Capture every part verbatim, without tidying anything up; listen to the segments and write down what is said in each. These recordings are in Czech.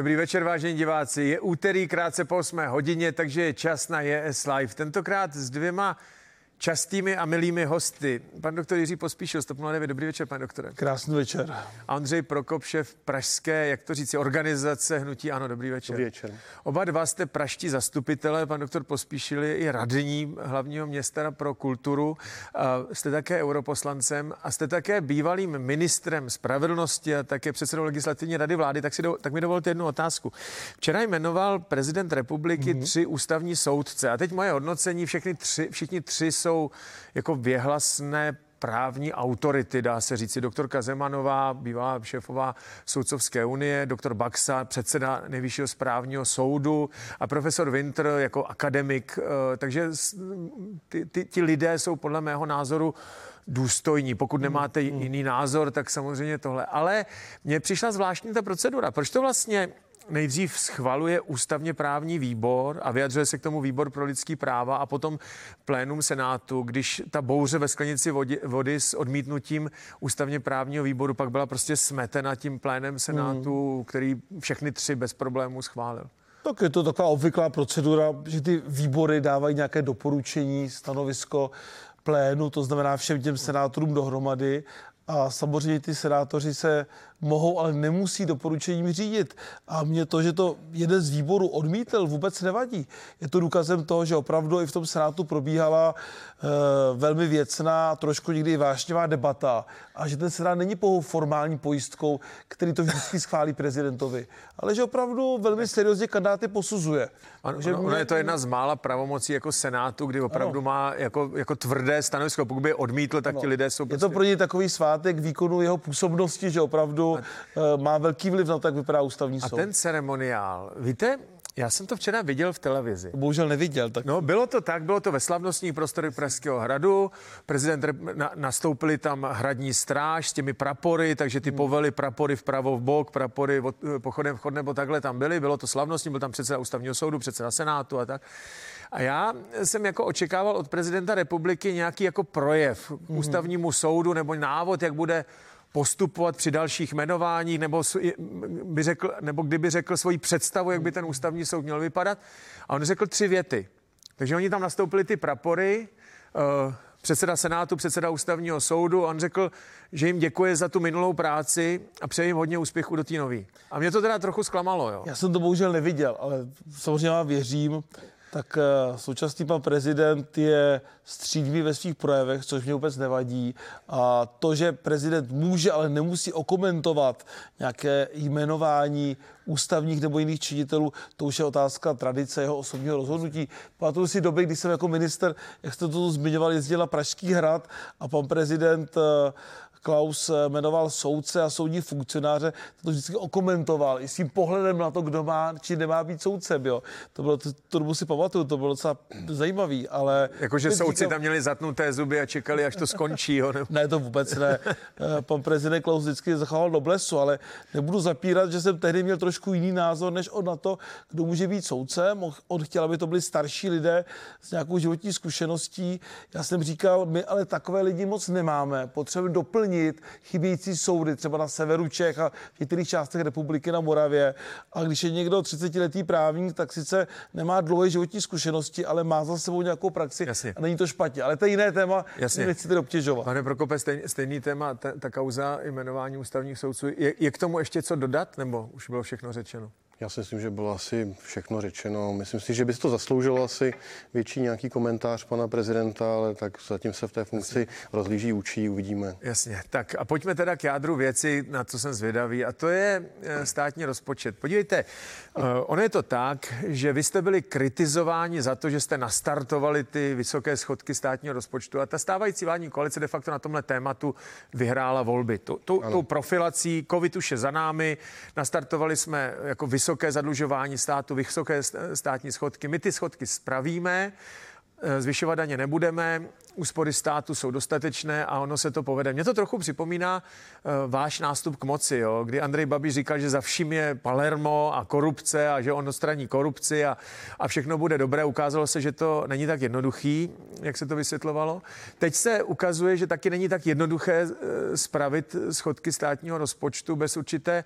Dobrý večer, vážení diváci. Je úterý krátce po osmé hodině, takže je čas na J S Live. Tentokrát s dvěma častými a milými hosty. Pan doktor Jiří Pospíšil, Stop nula devět. Dobrý večer, pane doktore. Krásný večer. A Ondřej Prokop, šéf pražské, jak to říci, organizace Hnutí ANO. Dobrý večer. Dobrý večer. Oba dva jste pražští zastupitelé, pan doktor Pospíšil je i radní hlavního města pro kulturu. Jste také europoslancem a jste také bývalým ministrem spravedlnosti a také předsedou legislativní rady vlády. Tak, si do, tak mi dovolte jednu otázku. Včera jmenoval prezident republiky mm-hmm. tři ústavní soudce a teď moje hodnocení, všechny tři, všichni tři jsou jako věhlasné právní autority, dá se říci. Doktorka Zemanová, bývalá šéfová Soudcovské unie, doktor Baxa, předseda Nejvyššího správního soudu a profesor Winter jako akademik. Takže ty, ty, ti lidé jsou podle mého názoru důstojní. Pokud nemáte jiný názor, tak samozřejmě tohle. Ale mně přišla zvláštní ta procedura. Proč to vlastně nejdřív schvaluje ústavně právní výbor a vyjadřuje se k tomu výbor pro lidský práva a potom plénum Senátu, když ta bouře ve sklenici vody, vody s odmítnutím ústavně právního výboru pak byla prostě smetena tím plénem Senátu, hmm. který všechny tři bez problémů schválil. Tak je to taková obvyklá procedura, že ty výbory dávají nějaké doporučení, stanovisko plénu, to znamená všem těm senátorům dohromady. A samozřejmě ty senátoři se mohou, ale nemusí doporučením řídit. A mě to, že to jeden z výborů odmítl, vůbec nevadí. Je to důkazem toho, že opravdu i v tom senátu probíhala e, velmi věcná, trošku někdy i vášnivá debata a že ten senát není pouhou formální pojistkou, který to vždycky schválí prezidentovi, ale že opravdu velmi seriózně kandidáty posuzuje. Ano, ono, ono je to jedna z mála pravomocí jako senátu, kdy opravdu ano. má jako, jako tvrdé stanovisko. Pokud by je odmítl, tak ano. ti lidé jsou prostě... Je to pro něj takový svátek výkonu jeho působnosti, že opravdu a... má velký vliv na to, jak vypadá ústavní soud. A ten ceremoniál, víte, já jsem to včera viděl v televizi. Bohužel neviděl. Tak... No, bylo to tak, bylo to ve slavnostních prostorech Pražského hradu. Prezident na, nastoupili tam hradní stráž s těmi prapory, takže ty hmm. povely prapory vpravo v bok, prapory od, pochodem vchod nebo takhle tam byly. Bylo to slavnostní, byl tam předseda ústavního soudu, předseda Senátu a tak. A já jsem jako očekával od prezidenta republiky nějaký jako projev k hmm. ústavnímu soudu nebo návod, jak bude postupovat při dalších jmenováních, nebo, by řekl, nebo kdyby řekl svoji představu, jak by ten ústavní soud měl vypadat. A on řekl tři věty. Takže oni tam nastoupili ty prapory, uh, předseda Senátu, předseda ústavního soudu, a on řekl, že jim děkuje za tu minulou práci a přeje jim hodně úspěchu do té nový. A mě to teda trochu zklamalo, jo. Já jsem to bohužel neviděl, ale samozřejmě já věřím, tak současný pan prezident je střídmý ve svých projevech, což mě vůbec nevadí. A to, že prezident může, ale nemusí okomentovat nějaké jmenování ústavních nebo jiných činitelů, to už je otázka tradice jeho osobního rozhodnutí. Pamatuju si doby, kdy jsem jako minister, jak jste to zmiňoval, jezdil na Pražský hrad a pan prezident Klaus jmenoval soudce a soudní funkcionáře, to vždycky okomentoval i svým pohledem na to, kdo má či nemá být soudcem. Jo. To bylo, to, to dobu si pamatuju, to bylo docela zajímavý, ale... Jakože soudci říkal... tam měli zatnuté zuby a čekali, až to skončí. Jo, ne? ne, to vůbec ne. Pan prezident Klaus vždycky zachovával do blesu, ale nebudu zapírat, že jsem tehdy měl trošku jiný názor, než on na to, kdo může být soudcem. On chtěl, aby to byli starší lidé s nějakou životní zkušeností. Já jsem říkal, my ale takové lidi moc nemáme, potřebujeme doplnit chybějící soudy, třeba na severu Čech a v některých částech republiky na Moravě. A když je někdo třicetiletý právník, tak sice nemá dlouhé životní zkušenosti, ale má za sebou nějakou praxi. Jasně. A není to špatně. Ale to je jiné téma, nechcete obtěžovat. Pane Prokope, stejný, stejný téma, ta, ta kauza jmenování ústavních soudců. Je, je k tomu ještě co dodat, nebo už bylo všechno řečeno? Já si myslím, že bylo asi všechno řečeno. Myslím si, že by to zasloužilo asi větší nějaký komentář pana prezidenta, ale tak zatím se v té funkci Jasně. rozlíží, učí, uvidíme. Jasně. Tak a pojďme teda k jádru věci, na co jsem zvědavý, a to je státní rozpočet. Podívejte, ono je to tak, že vy jste byli kritizováni za to, že jste nastartovali ty vysoké schodky státního rozpočtu a ta stávající vládní koalice de facto na tomhle tématu vyhrála volby. Tou, tou profilací, covid už je za námi, nastartovali jsme jako vysoké vysoké zadlužování státu, vysoké státní schodky. My ty schodky spravíme, zvyšovat daně nebudeme, úspory státu jsou dostatečné a ono se to povede. Mně to trochu připomíná uh, váš nástup k moci, jo, kdy Andrej Babiš říkal, že za vším je Palermo a korupce a že on odstraní korupci a, a všechno bude dobré. Ukázalo se, že to není tak jednoduchý, jak se to vysvětlovalo. Teď se ukazuje, že taky není tak jednoduché uh, spravit schodky státního rozpočtu bez určité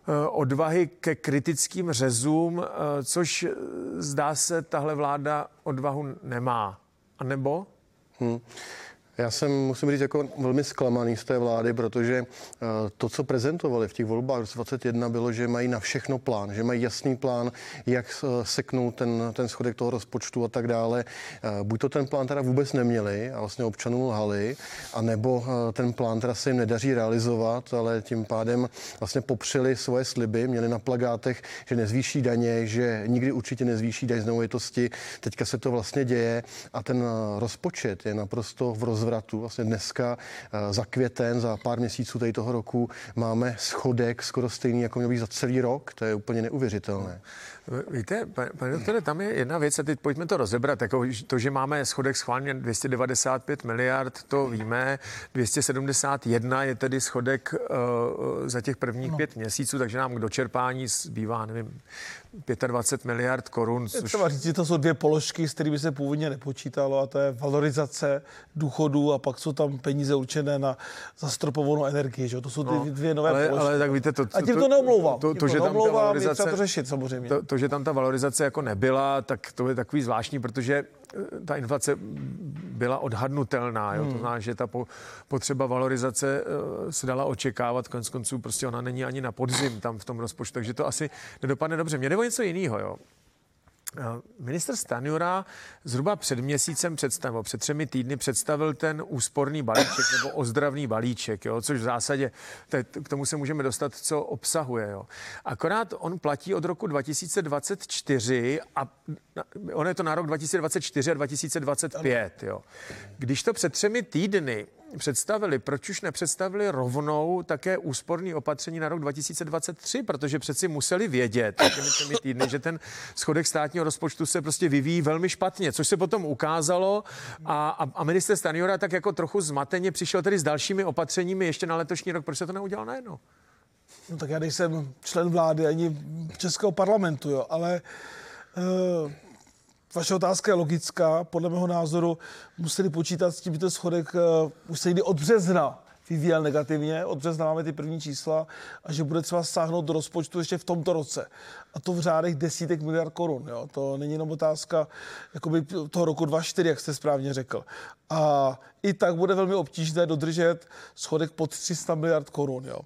odvahy ke kritickým řezům, což zdá se, tahle vláda odvahu nemá. A nebo? Hmm. Já jsem, musím říct, jako velmi zklamaný z té vlády, protože to, co prezentovali v těch volbách v dvacet jedna, bylo, že mají na všechno plán, že mají jasný plán, jak seknout ten, ten schodek toho rozpočtu a tak dále. Buď to ten plán teda vůbec neměli a vlastně občanům lhali, anebo ten plán teda se jim nedaří realizovat, ale tím pádem vlastně popřeli svoje sliby, měli na plakátech, že nezvýší daně, že nikdy určitě nezvýší daň z nemovitosti. Teďka se to vlastně děje a ten rozpočet je naprosto v roz zvratu. Vlastně dneska za květen, za pár měsíců tady toho roku máme schodek skoro stejný, jako měl být za celý rok. To je úplně neuvěřitelné. Víte, pane doktore, tam je jedna věc a teď pojďme to rozebrat. Jako to, že máme schodek schválně dvě stě devadesát pět miliard, to víme. dvě stě sedmdesát jedna je tedy schodek uh, za těch prvních no. pět měsíců, takže nám k dočerpání zbývá, nevím, dvacet pět miliard korun. Což... Třeba říct, že to jsou dvě položky, s kterými se původně nepočítalo, a to je valorizace důchodů a pak jsou tam peníze určené na zastropovanou energii. Že? To jsou ty no, dvě nové ale, položky. Ale tak víte, to, a tím to, to neomlouvám. To, to, to, to že tam neomlouvám, ta valorizace, je třeba to řešit samozřejmě. To, to, že tam ta valorizace jako nebyla, tak to je takový zvláštní, protože ta inflace byla odhadnutelná. Jo? Hmm. To znamená, že ta po, potřeba valorizace uh, se dala očekávat, konec konců prostě ona není ani na podzim tam v tom rozpočtu, takže to asi nedopadne dobře. Mě jde o něco jiného, jo. Ministr Stanjura zhruba před měsícem představil, před třemi týdny představil ten úsporný balíček nebo ozdravný balíček, jo, což v zásadě k tomu se můžeme dostat, co obsahuje. Jo. Akorát on platí od roku dva tisíce dvacet čtyři a on je to na rok dva tisíce dvacet čtyři a dva tisíce dvacet pět. Jo. Když to před třemi týdny představili, proč už nepředstavili rovnou také úsporný opatření na rok dva tisíce dvacet tři, protože přeci museli vědět těmi třemi týdny, že ten schodek státního rozpočtu se prostě vyvíjí velmi špatně, což se potom ukázalo a, a, a ministr Stanjura tak jako trochu zmateně přišel tedy s dalšími opatřeními ještě na letošní rok. Proč se to neudělal najednou? No tak já nejsem člen vlády ani Českého parlamentu, jo, ale uh... vaše otázka je logická. Podle mého názoru museli počítat s tím, že ten schodek uh, už se jde od března vyvíjel negativně. Od března máme ty první čísla a že bude třeba sáhnout do rozpočtu ještě v tomto roce. A to v řádech desítek miliard korun. Jo. To není jenom otázka jakoby toho roku dvacet čtyři, jak jste správně řekl. A i tak bude velmi obtížné dodržet schodek pod tři sta miliard korun. Jo.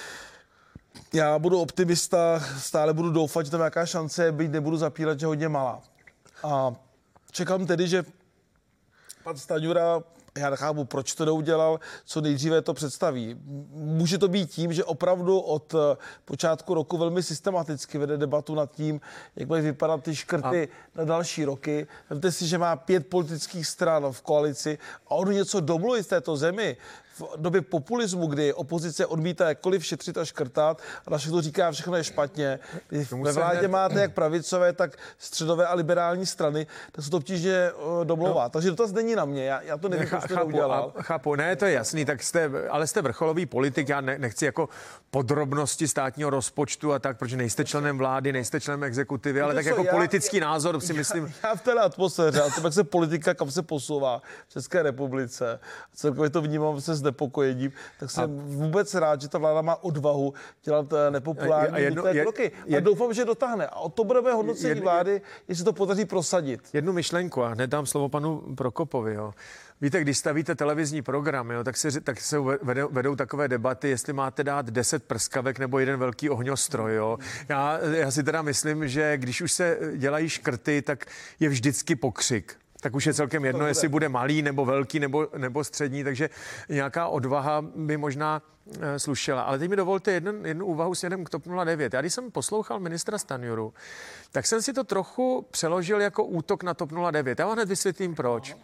Já budu optimista, stále budu doufat, že tam nějaká šance je, byť nebudu zapírat, že hodně malá. A čekám tedy, že pan Stanjura, já nechápu, proč to neudělal, co nejdříve to představí. Může to být tím, že opravdu od počátku roku velmi systematicky vede debatu nad tím, jak mají vypadat ty škrty a... na další roky. Vemte si, že má pět politických stran v koalici a on něco domluví z této zemi. V době populismu, kdy opozice odmítá jakkoliv šetřit a škrtat a na všechno říká, všechno je špatně. Ve vládě hned... máte jak pravicové, tak středové a liberální strany, tak se to obtížně uh, domlouvá. No. Takže dotaz není na mě, já, já to nevím, proč to neudělal. Chápu, ne, to je jasný, tak jste, ale jste vrcholový politik, já ne, nechci jako podrobnosti státního rozpočtu a tak, protože nejste členem vlády, nejste členem exekutivy, ale tak jako já, politický já, názor si já, myslím... Já v té atmosféře, a to jak se politika, kam se posouvá v České republice, celkově to vnímám se nepokojením, tak jsem a... vůbec rád, že ta vláda má odvahu dělat nepopulární a jedno, je, kroky. A jed... doufám, že dotáhne. A o to budeme hodnocení jed... vlády, jestli to podaří prosadit. Jednu myšlenku a hned dám slovo panu Prokopovi. Jo. Víte, když stavíte televizní program, jo, tak, se, tak se vedou, vedou takové debaty, jestli máte dát deset prskavek nebo jeden velký ohňostroj. Jo. Já, já si teda myslím, že když už se dělají škrty, tak je vždycky pokřik. Tak už je celkem jedno, jestli bude malý, nebo velký, nebo, nebo střední, takže nějaká odvaha by možná e, slušela. Ale teď mi dovolte jednu, jednu úvahu směrem k TOP nula devět. Já když jsem poslouchal ministra Stanjuru, tak jsem si to trochu přeložil jako útok na TOP nula devět. Já vám hned vysvětlím, proč.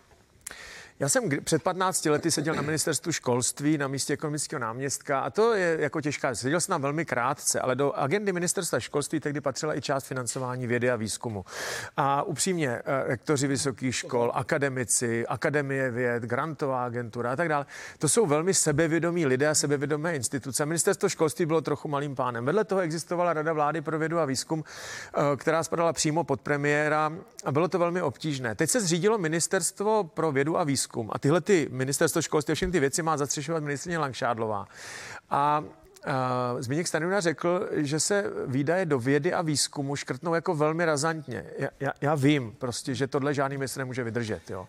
Já jsem před patnácti lety seděl na ministerstvu školství na místě ekonomického náměstka a to je jako těžká. Seděl jsem tam velmi krátce, ale do agendy ministerstva školství tehdy patřila i část financování vědy a výzkumu. A upřímně, rektoři vysokých škol, akademici, akademie věd, grantová agentura a tak dále, to jsou velmi sebevědomí lidé a sebevědomé instituce. A ministerstvo školství bylo trochu malým pánem. Vedle toho existovala Rada vlády pro vědu a výzkum, která spadala přímo pod premiéra a bylo to velmi obtížné. Teď se zřídilo ministerstvo pro vědu a výzkum. A tyhle ty ministerstvo školství a všechny ty věci má zastřešovat ministryně Langšádlová. A Zbyněk Stanjura řekl, že se výdaje do vědy a výzkumu škrtnou jako velmi razantně. Já, já, já vím prostě, že tohle žádný ministr nemůže vydržet. Jo.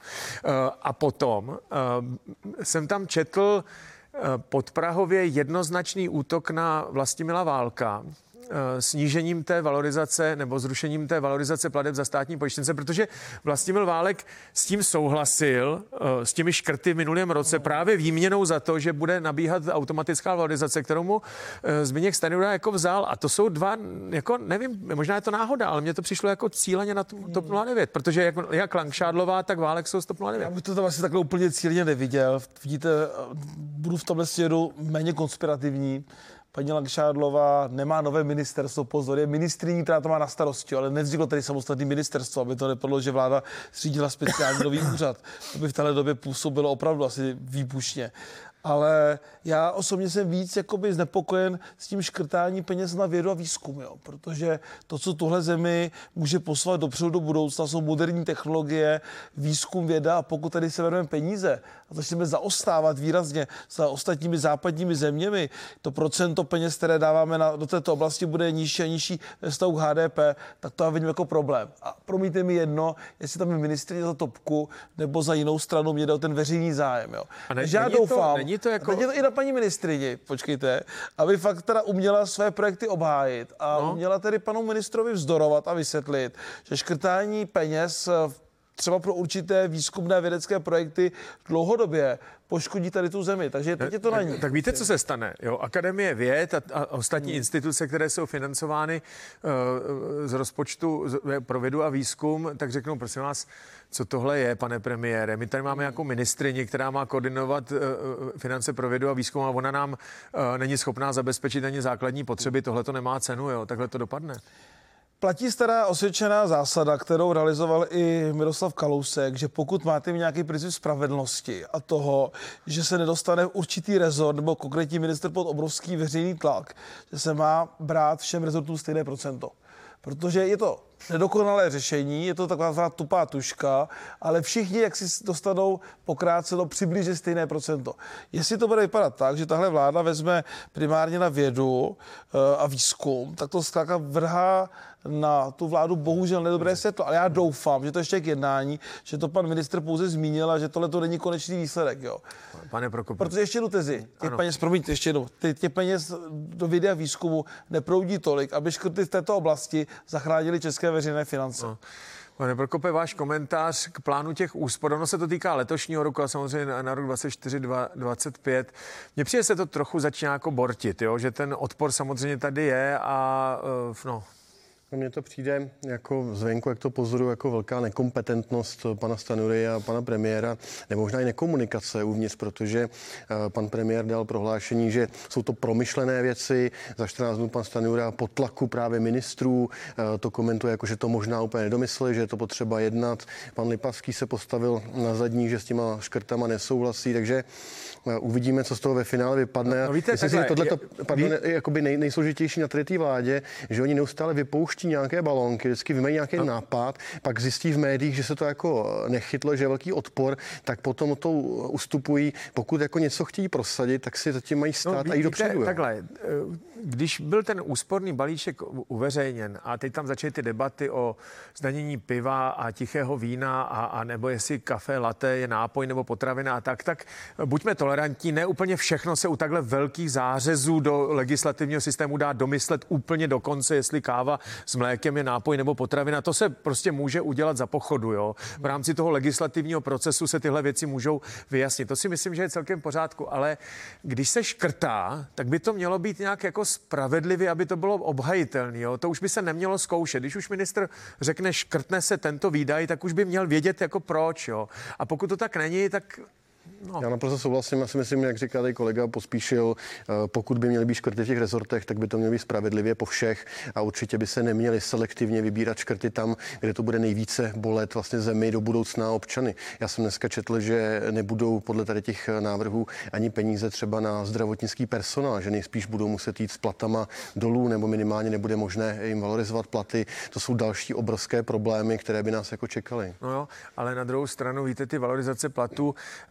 A potom jsem tam četl podprahově jednoznačný útok na Vlastimila Válka, snížením té valorizace nebo zrušením té valorizace plateb za státní pojištěnce, protože Vlastimil Válek s tím souhlasil, s těmi škrty v minulém roce, právě výměnou za to, že bude nabíhat automatická valorizace, kterou mu Zbyněk Stanjura jako vzal. A to jsou dva, jako nevím, možná je to náhoda, ale mně to přišlo jako cíleně na TOP nula devět, protože jak, jak Langšádlová, tak Válek jsou z TOP nula devět. Já bych to tam asi takhle úplně cíleně neviděl. Vidíte, budu v tomhle směru méně konspirativní. Paní Langšádlová nemá nové ministerstvo, pozor, je ministryní, která to má na starosti, ale nevzniklo tady samostatné ministerstvo, aby to nepadlo, že vláda zřídila speciální nový úřad. To by v téhle době působilo opravdu asi výbušně. Ale já osobně jsem víc jakoby znepokojen s tím škrtání peněz na vědu a výzkum, jo? Protože to, co tuhle zemi může posouvat dopředu do budoucna, jsou moderní technologie, výzkum, věda, a pokud tady se vezmeme peníze a začneme zaostávat výrazně za ostatními západními zeměmi, to procento peněz, které dáváme na, do této oblasti, bude nižší a nižší ve vztahu k H D P, tak to já vidím jako problém. A promiňte mi jedno, jestli tam je ministryně za topku nebo za jinou stranu, mě jde o ten veřejný zájem. Jo? A ne, já doufám, to, není to jako... Není to i na paní ministryni, počkejte, aby fakt teda uměla své projekty obhájit a no. uměla tedy panu ministrovi vzdorovat a vysvětlit, že škrtání peněz třeba pro určité výzkumné vědecké projekty dlouhodobě poškodí tady tu zemi, takže teď je to na ní. Tak, tak víte, co se stane? Jo? Akademie věd a, a ostatní hmm. instituce, které jsou financovány uh, z rozpočtu z, pro vědu a výzkum, tak řeknou, prosím vás, co tohle je, pane premiére? My tady máme jako ministryni, která má koordinovat uh, finance pro vědu a výzkum, a ona nám uh, není schopná zabezpečit ani základní potřeby. Tohle to nemá cenu, jo? Takhle to dopadne. Platí stará osvědčená zásada, kterou realizoval i Miroslav Kalousek, že pokud máte nějaký princip spravedlnosti a toho, že se nedostane určitý rezort nebo konkrétní minister pod obrovský veřejný tlak, že se má brát všem rezortům stejné procento. Protože je to nedokonalé řešení, je to taková tupá tuška, ale všichni, jak si dostanou pokráceno přibližně stejné procento. Jestli to bude vypadat tak, že tahle vláda vezme primárně na vědu a výzkum, tak to zkrátka vrhá na tu vládu bohužel nedobré světlo. Ale já doufám, že to ještě k jednání, že to pan ministr pouze zmínil a že tohle to není konečný výsledek. Jo. Pane Prokope. Protože ještě jednu tezi. Těch peněz, promiňte, ještě jednou. Těch peněz do vědy a výzkumu neproudí tolik, aby škrty v této oblasti zachránili české veřejné finance. No. Pane Prokope, váš komentář k plánu těch úspor, ono se to týká letošního roku a samozřejmě na, na rok dvacet čtyři dvacet pět. Mně přijde se to trochu začíná jako bortit, jo? Že ten odpor samozřejmě tady je a uh, no... Mně to přijde jako zvenku, jak to pozoruju, jako velká nekompetentnost pana Stanjury a pana premiéra, nebo možná i nekomunikace uvnitř, protože pan premiér dal prohlášení, že jsou to promyšlené věci. Za čtrnáct dnů pan Stanjura po tlaku právě ministrů to komentuje, jako že to možná úplně nedomysleli, že je to potřeba jednat. Pan Lipavský se postavil na zadní, že s těma škrtama nesouhlasí, takže uvidíme, co z toho ve finále vypadne. No, víte, Myslím si, že tohleto pardon, je jakoby nej, nejsložitější na té vládě, že oni neustále vypouští nějaké balónky, vždycky vymají nějaký no. nápad, pak zjistí v médiích, že se to jako nechytlo, že je velký odpor, tak potom to ustupují. Pokud jako něco chtějí prosadit, tak si zatím mají stát no, a jít dopředu. Takhle, když byl ten úsporný balíček uveřejněn a teď tam začaly ty debaty o zdanění piva a tichého vína a, a nebo jestli kafe, latte je nápoj nebo potravina a tak, tak buďme tolerantní, ne úplně všechno se u takhle velkých zářezů do legislativního systému dá domyslet úplně do konce, jestli káva s mlékem je nápoj nebo potravina. To se prostě může udělat za pochodu, jo. V rámci toho legislativního procesu se tyhle věci můžou vyjasnit. To si myslím, že je celkem v pořádku, ale když se škrtá, tak by to mělo být nějak jako spravedlivě, aby to bylo obhajitelné, jo. To už by se nemělo zkoušet. Když už ministr řekne, škrtne se tento výdaj, tak už by měl vědět jako proč, jo. A pokud to tak není, tak no. Já naprosto souhlasím, já si myslím, jak říká tady kolega Pospíšil, pokud by měly být škrty v těch rezortech, tak by to mělo být spravedlivě po všech a určitě by se neměly selektivně vybírat škrty tam, kde to bude nejvíce bolet vlastně zemi do budoucna občany. Já jsem dneska četl, že nebudou podle tady těch návrhů ani peníze třeba na zdravotnický personál, že nejspíš budou muset jít s platama dolů nebo minimálně nebude možné jim valorizovat platy. To jsou další obrovské problémy, které by nás jako čekaly. No jo, ale na druhou stranu, víte, ty valorizace platů uh,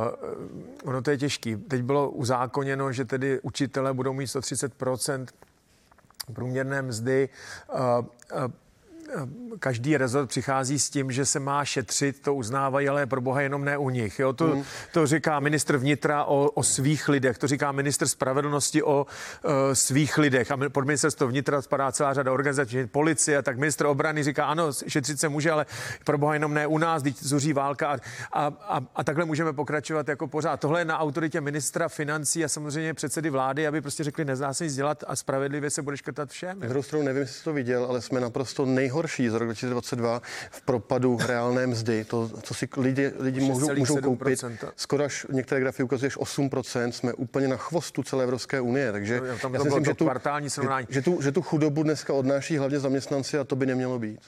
ono to je těžký. Teď bylo uzákoněno, že tedy učitelé budou mít sto třicet procent průměrné mzdy. Uh, uh, Každý rezort přichází s tím, že se má šetřit, to uznávají, ale pro boha jenom ne u nich. Jo? To, mm. to říká ministr vnitra o, o svých lidech, to říká ministr spravedlnosti o uh, svých lidech. A pod ministerstvo vnitra spadá celá řada organizací, policie, tak ministr obrany říká, ano, šetřit se může, ale pro boha jenom ne u nás, když zuří válka. A, a, a, a takhle můžeme pokračovat jako pořád. Tohle je na autoritě ministra financí a samozřejmě předsedy vlády, aby prostě řekli, nezdá se nic dělat a spravedlivě se bude škrtat všem. Na druhou stranu nevím, jestli jsi to viděl, ale jsme naprosto nejhorší za rok dva tisíce dvacet dva v propadu reálné mzdy. To, co si lidi, lidi můžou, můžou koupit, skoro až některé grafy ukazují až osm procent, jsme úplně na chvostu celé Evropské unie. Takže no, tam já to si myslím, to že, tu, že, že, tu, že tu chudobu dneska odnáší hlavně zaměstnanci a to by nemělo být.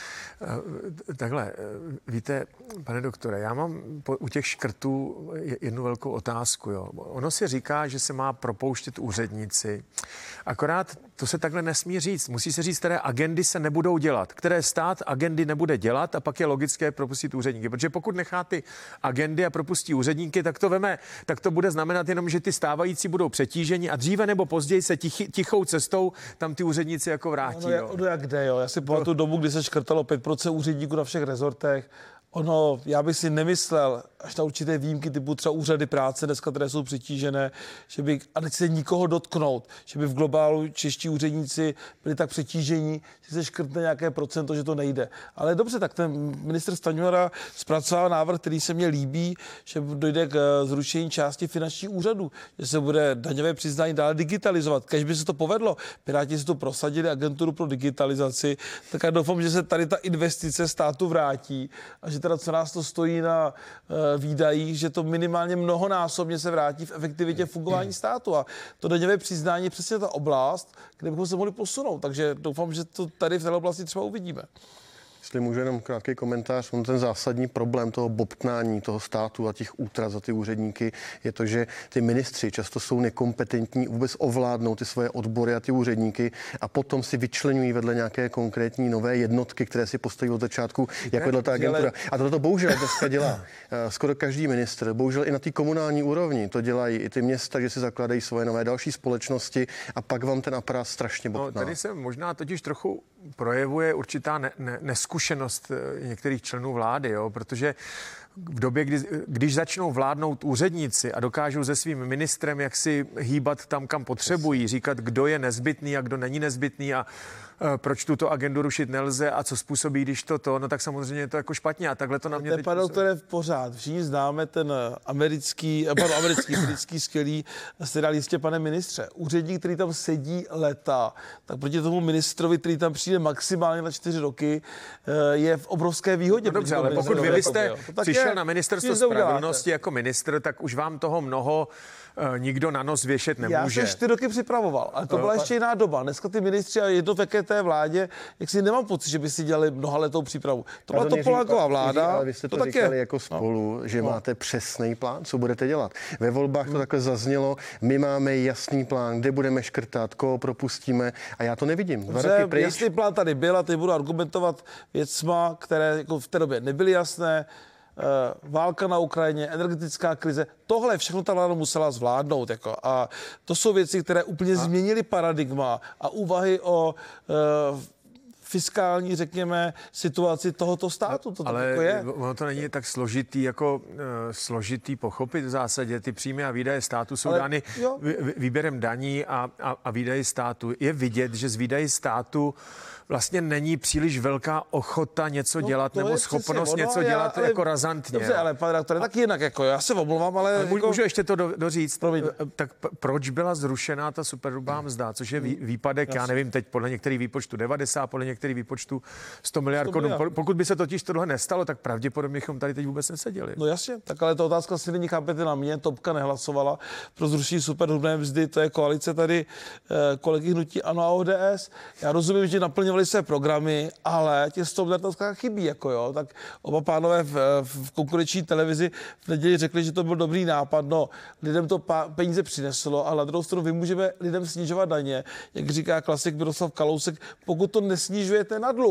Takhle, víte, pane doktore, já mám po, u těch škrtů jednu velkou otázku. Jo. Ono se říká, že se má propouštět úředníci. Akorát to se takhle nesmí říct. Musí se říct, které agendy se nebudou dělat. Které stát agendy nebude dělat a pak je logické propustit úředníky. Protože pokud nechá ty agendy a propustí úředníky, tak to veme, tak to bude znamenat jenom, že ty stávající budou přetíženi a dříve nebo později se tichy, tichou cestou tam ty úředníci jako vrátí. No, no, no jak kde, jo. Já si pamatuju dobu, kdy se škrtalo pět procent úředníků na všech rezortech. Ono, já bych si nemyslel, až na určité výjimky typu třeba úřady práce dneska, které jsou přetížené, že by, a nechci se nikoho dotknout, že by v globálu čeští úředníci byli tak přetížení, že se škrtne nějaké procento, že to nejde. Ale dobře, tak ten ministr Stanjura zpracoval návrh, který se mně líbí, že dojde k zrušení části finančních úřadů, že se bude daňové přiznání dále digitalizovat. Když by se to povedlo, Piráti si to prosadili agenturu pro digitalizaci, tak já doufám, že se tady ta investice státu vrátí a že teda co nás to stojí na uh, výdajích, že to minimálně mnohonásobně se vrátí v efektivitě fungování státu. A to daňové přiznání je přesně ta oblast, kde bychom se mohli posunout. Takže doufám, že to tady v té oblasti třeba uvidíme. Jestli můžu jenom krátký komentář, on ten zásadní problém toho bobtnání toho státu a těch útrat za ty úředníky je to, že ty ministři často jsou nekompetentní vůbec ovládnout ty svoje odbory a ty úředníky a potom si vyčleňují vedle nějaké konkrétní nové jednotky, které si postaví od začátku, jako je ta agentura. A toto bohužel dneska dělá skoro každý ministr, bohužel i na té komunální úrovni. To dělají i ty města, že si zakládají svoje nové další společnosti a pak vám ten aparát strašně bobtná. No, tady se možná totiž trochu projevuje určitá ne, ne, neskušenost některých členů vlády, jo? Protože v době, kdy, když začnou vládnout úředníci a dokážou se svým ministrem jak si hýbat tam, kam potřebují, říkat, kdo je nezbytný a kdo není nezbytný a proč tuto agendu rušit nelze a co způsobí, když to to, no tak samozřejmě je to jako špatně a takhle to na mě teď... Pane doktore, v pořád. Všichni známe ten americký, pardon, americký, britský skvělý seriál Jistě, pane ministře. Úředník, který tam sedí leta, tak proti tomu ministrovi, který tam přijde maximálně na čtyři roky, je v obrovské výhodě. No dobře, ale pokud vy byste přišel na ministerstvo spravedlnosti jako ministr, tak už vám toho mnoho nikdo na nos věšet nemůže. Já jsem čtyři roky připravoval, ale to byla ještě jiná doba. Dneska ty ministři a jedno v jaké té vládě, jak si nemám pocit, že by si dělali mnohaletou přípravu. To byla Topolánková vláda. Ale vy jste to, to říkali jako spolu, no. že no. máte přesný plán, co budete dělat. Ve volbách to takhle zaznělo, my máme jasný plán, kde budeme škrtat, koho propustíme a já to nevidím. Dobře, jasný plán tady byl a teď budu argumentovat věcma, které jako v té době nebyly jasné. Válka na Ukrajině, energetická krize, tohle všechno ta vláda musela zvládnout. Jako. A to jsou věci, které úplně a? změnily paradigma a úvahy o uh, fiskální, řekněme, situaci tohoto státu. To ale jako je. Ono to není tak složitý, jako uh, složitý pochopit v zásadě. Ty příjmy a výdaje státu jsou ale, dány v, výběrem daní a, a, a výdaje státu. Je vidět, že z výdaje státu vlastně není příliš velká ochota něco no, dělat nebo schopnost něco já, dělat ale, jako razantně. Dobře, ale pane doktore, tak jinak, jako já se omlouvám, ale... ale jako... Můžu ještě to do, doříct. Promiň. Tak p- proč byla zrušená ta superhrubá mzda, což je vý, výpadek, jasně. já nevím, teď podle některých výpočtů devadesát, podle některých výpočtů sto miliard korun. Pokud by se totiž tohle nestalo, tak pravděpodobně bychom tady teď vůbec neseděli. No jasně, tak ale ta otázka si není chápete na mě, Topka nehlasovala pro zrušení superhrubé mzdy, to je koalice tady eh, kolegy hnutí ANO a O D S. Já rozumím, že naplňovali své programy, ale těch sto miliard chybí, jako jo. Tak oba pánové v, v konkurenční televizi v neděli řekli, že to byl dobrý nápad. No, lidem to pa, peníze přineslo, ale na druhou stranu vy můžeme lidem snižovat daně, jak říká klasik Miroslav Kalousek, pokud to nesnižujete na dluh.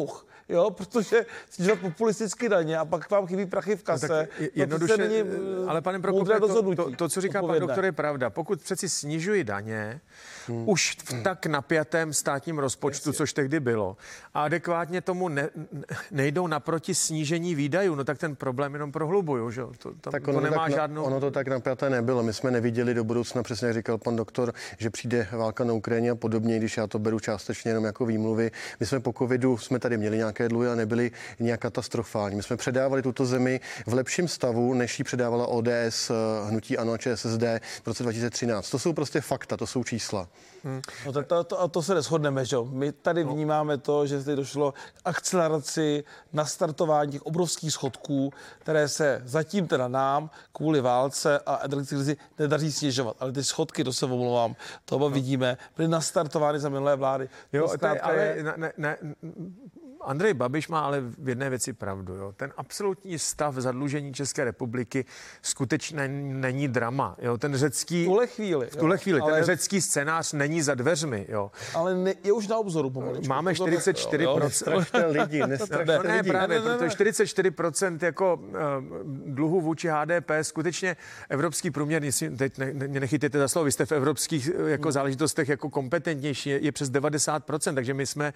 jo, protože snižovat populisticky daně a pak vám chybí prachy v kase. No jednoduše, to není, ale pane Prokope, to, to, to, co říká pan doktor, je pravda. Pokud přeci snižují daně, hmm. už v tak napjatém státním rozpočtu, Jasně. což tehdy bylo, a adekvátně tomu ne, nejdou naproti snížení výdajů, no tak ten problém jenom prohlubuju, že? To, tam, tak to ono, nemá tak, žádnou... ono to tak napjaté nebylo. My jsme neviděli do budoucna, přesně jak říkal pan doktor, že přijde válka na Ukrajině a podobně, když já to beru částečně jenom jako výmluvy. My jsme po covidu jsme tady měli nějaké dluhy a nebyly nějak katastrofální. My jsme předávali tuto zemi v lepším stavu, než ji předávala O D S, hnutí ANO a ČSSD v roce dva tisíce třináct. To jsou prostě fakta, to jsou čísla. Hmm. No to, to, to, to se neshodneme, že jo? My tady no. vnímáme to, že zde došlo k akceleraci, nastartování těch obrovských schodků, které se zatím teda nám kvůli válce a energetické krizi nedaří snižovat. Ale ty schodky, to se omlouvám, to no. vidíme, byly nastartovány za minulé vlády. Jo, to je, ale je... ne, ne, Andrej Babiš má ale v jedné věci pravdu. Jo. Ten absolutní stav zadlužení České republiky skutečně není drama. Jo. Ten řecký... V tuhle chvíli. V tuhle chvíli. Ale... Ten řecký scénář není za dveřmi. Jo. Ale ne, je už na obzoru pomaličku. Máme čtyřicet čtyři procent. Nestrašte lidi, nestrašte no, ne, lidi. právě, ne, ne, ne. protože čtyřicet čtyři procent jako uh, dluhu vůči H D P skutečně evropský průměr, teď ne, ne, nechytejte za slovo, vy jste v evropských jako hmm. záležitostech jako kompetentnější, je, je přes devadesát procent, takže my jsme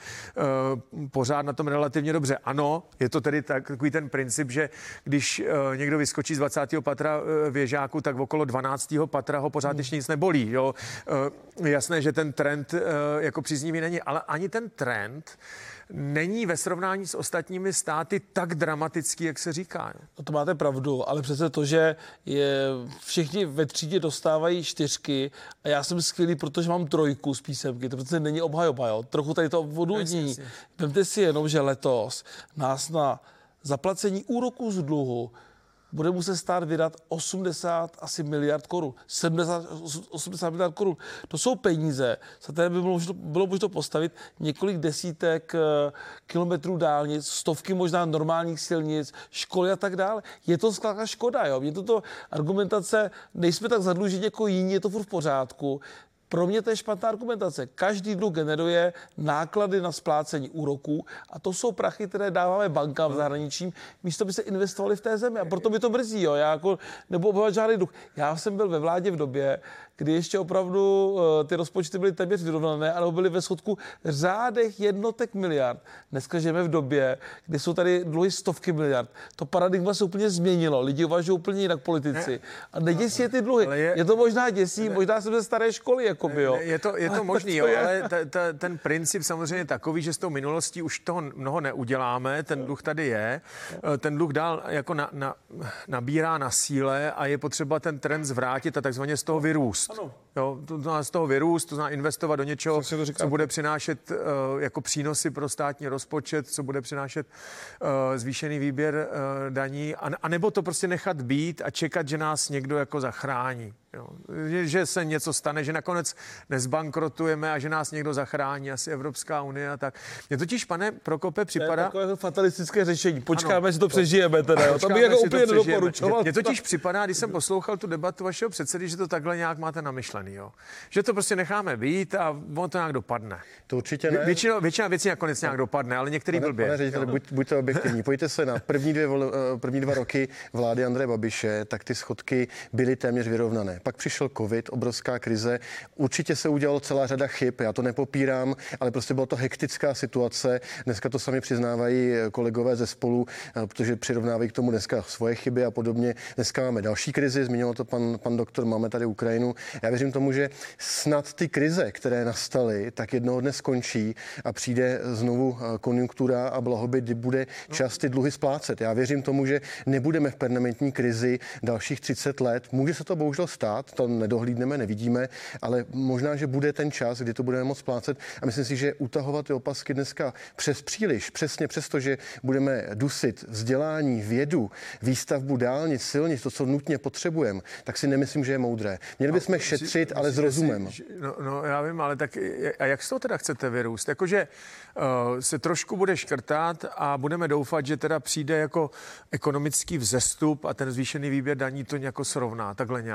uh, pořád na tom relativně dobře. Ano, je to tedy tak, takový ten princip, že když uh, někdo vyskočí z dvacátého patra uh, věžáku, tak okolo dvanáctého patra ho pořád ještě nic nebolí. Jo? Uh, jasné, že ten trend uh, jako příznivý není, ale ani ten trend není ve srovnání s ostatními státy tak dramatický, jak se říká. No to máte pravdu, ale přece to, že je, všichni ve třídě dostávají čtyřky a já jsem skvělý, protože mám trojku z písemky, to přece není obhajoba, jo. Trochu tady to odůvodní. Vemte si jenom, že letos nás na zaplacení úroků z dluhu bude muset stát vydat osmdesát asi miliard korun. sedmdesát, osmdesát miliard korun. To jsou peníze, za které by bylo možno, bylo možno postavit několik desítek kilometrů dálnic, stovky možná normálních silnic, školy a tak dále. Je to zkrátka škoda, jo. Mně toto argumentace, nejsme tak zadluženi jako jiní, je to furt v pořádku. Pro mě to je špatná argumentace. Každý dluh generuje náklady na splácení úroků a to jsou prachy, které dáváme bankám v zahraničí, místo by se investovali v té zemi. A proto mi to mrzí. Jo. Já jako nebudu obhajovat žádný dluh. Já jsem byl ve vládě v době, kdy ještě opravdu uh, ty rozpočty byly téměř vyrovnané, ale byly ve schodku řádech jednotek miliard. Dneska žijeme v době, kdy jsou tady dluhy stovky miliard. To paradigma se úplně změnilo. Lidi uvažují úplně jinak politici. A neděsí je ty dluhy. Je, je to možná děsí, ne, možná jsem ze staré školy. Jakoby, jo. Je to, je to možný, jo, ale ta, ta, ten princip samozřejmě je takový, že s tou minulostí už toho mnoho neuděláme. Ten dluh tady je. Ten dluh dál jako na, na, nabírá na síle a je potřeba ten trend zvrátit a takzvaně z toho vyrůst. Ano. Jo, to znamená z toho vyrůst, to znamená investovat do něčeho, co bude přinášet uh, jako přínosy pro státní rozpočet, co bude přinášet uh, zvýšený výběr uh, daní, a, a nebo to prostě nechat být a čekat, že nás někdo jako zachrání. Jo. Že, že se něco stane, že nakonec nezbankrotujeme a že nás někdo zachrání, asi Evropská unie a tak. Mně totiž, pane Prokope, připadá... To je takové fatalistické řešení. Počkáme, jestli to přežijeme teda. Jo. To bych jako úplně nedoporučoval. Mně totiž připadá, když jsem poslouchal tu debatu vašeho předsedy, že to takhle nějak máte namyšlený. Jo. Že to prostě necháme být a ono to nějak dopadne. To určitě ne. Většinou, většina věcí nakonec nějak dopadne, ale některý pane, blbě. Pane řediteli, buď, buďte objektivní. Pojďte se na první, dvě, první dva roky vlády Andreje Babiše, tak ty schodky byly téměř vyrovnané. Pak přišel covid, obrovská krize. Určitě se udělalo celá řada chyb, já to nepopírám, ale prostě byla to hektická situace. Dneska to sami přiznávají kolegové ze Spolu, protože přirovnávají k tomu dneska svoje chyby a podobně. Dneska máme další krizi, zmiňoval to pan, pan doktor, máme tady Ukrajinu. Já věřím tomu, že snad ty krize, které nastaly, tak jednoho dne skončí a přijde znovu konjunktura a blahobyt, kdy bude čas ty dluhy splácet. Já věřím tomu, že nebudeme v permanentní krizi dalších třicet let. Může se to bohužel stát, to nedohlídneme, nevidíme, ale možná, že bude ten čas, kdy to budeme moct splácet. A myslím si, že utahovat ty opasky dneska přes příliš, přesně přesto, že budeme dusit vzdělání, vědu, výstavbu dálnic, silnic, to, co nutně potřebujeme, tak si nemyslím, že je moudré. Měli bychom šetřit, ale s rozumem. No, no, já vím, ale tak a jak z toho teda chcete vyrůst? Jakože uh, se trošku bude škrtat a budeme doufat, že teda přijde jako ekonomický vzestup a ten zvýšený výběr daní to nějak srovná, takhle nějak, jo.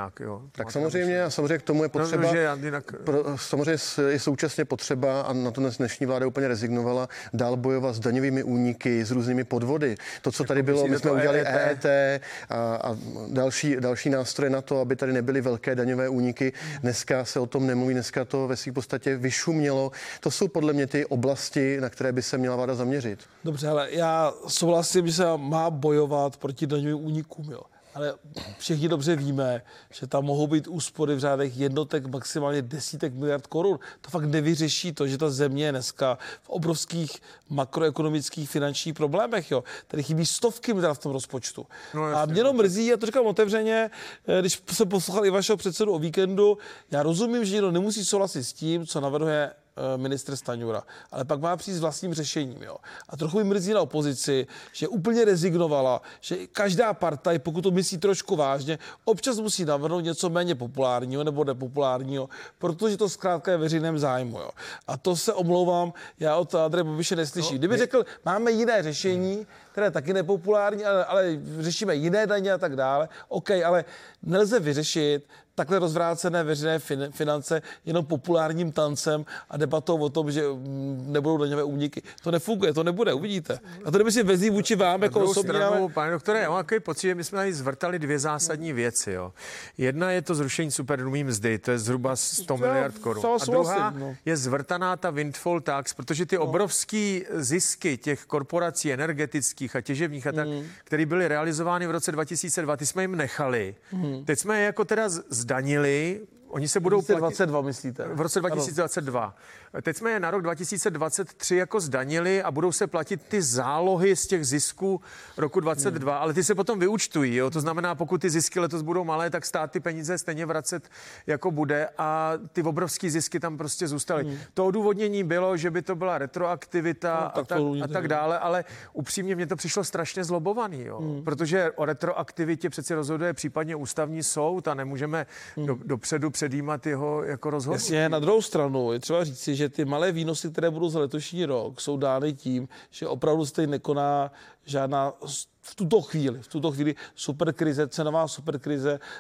Tak samozřejmě, a samozřejmě k tomu je potřeba, no, že jinak... pro, samozřejmě je současně potřeba, a na to dnešní vláda úplně rezignovala, dál bojovat s daňovými úniky, s různými podvody. To, co tady bylo, my jsme udělali E E T a, a další, další nástroje na to, aby tady nebyly velké daňové úniky. Dneska se o tom nemluví, dneska to ve svým podstatě vyšumělo. To jsou podle mě ty oblasti, na které by se měla vláda zaměřit. Dobře, ale já souhlasím, že se má bojovat proti daňovým únikům, jo. Ale všichni dobře víme, že tam mohou být úspory v řádech jednotek, maximálně desítek miliard korun. To fakt nevyřeší to, že ta země je dneska v obrovských makroekonomických finančních problémech. Jo. Tady chybí stovky miliard v tom rozpočtu. No, a mě to mrzí, já to říkám otevřeně, když jsem poslouchal i vašeho předsedu o víkendu, já rozumím, že někdo nemusí souhlasit s tím, co navrhuje ministr Stanjura, ale pak má přijít s vlastním řešením. Jo. A trochu mi mrzí na opozici, že úplně rezignovala, že každá partaj, pokud to myslí trošku vážně, občas musí navrhnout něco méně populárního nebo nepopulárního, protože to zkrátka je v veřejném zájmu. Jo. A to se omlouvám, já od Andreje Babiše neslyším. Kdyby řekl, máme jiné řešení, které je taky nepopulární, ale, ale řešíme jiné daně a tak dále, OK, ale nelze vyřešit takhle rozvrácené veřejné finance jenom populárním tancem a debatou o tom, že nebudou daňové úniky. To nefunguje, to nebude, uvidíte. A to nemyslím vezí vůči vám jako osobně, stranu, ale... Pane doktore, já mám takový pocit, že my jsme tady zvrtali dvě zásadní věci. Jo. Jedna je to zrušení superhrubé mzdy, to je zhruba sto miliard korun. A druhá no. je zvrtaná ta windfall tax, protože ty no. obrovský zisky těch korporací energetických a těžebních a tak, mm. které byly realizovány v roce dva tisíce dva, ty jsme jim nechali. Mm. Teď jsme je jako teda zdanili, oni se budou platit... dvacet dva myslíte? V roce dva tisíce dvacet dva. Teď jsme je na rok dva tisíce dvacet tři jako zdanili a budou se platit ty zálohy z těch zisků roku dvacet dva, hmm. ale ty se potom vyúčtují. Jo? To znamená, pokud ty zisky letos budou malé, tak stát ty peníze stejně vracet jako bude a ty obrovský zisky tam prostě zůstaly. Hmm. To odůvodnění bylo, že by to byla retroaktivita no, a, tak, a tak dále, ale upřímně mně to přišlo strašně zlobovaný, jo? Hmm. protože o retroaktivitě přeci rozhoduje případně ústavní soud a nemůžeme hmm. do, dopředu předjímat jeho jako rozhodnutí. Jasně, na druhou stranu je třeba říci, že ty malé výnosy, které budou za letošní rok, jsou dány tím, že opravdu se tady nekoná žádná v tuto chvíli, v tuto chvíli superkrize, cenová superkrize e,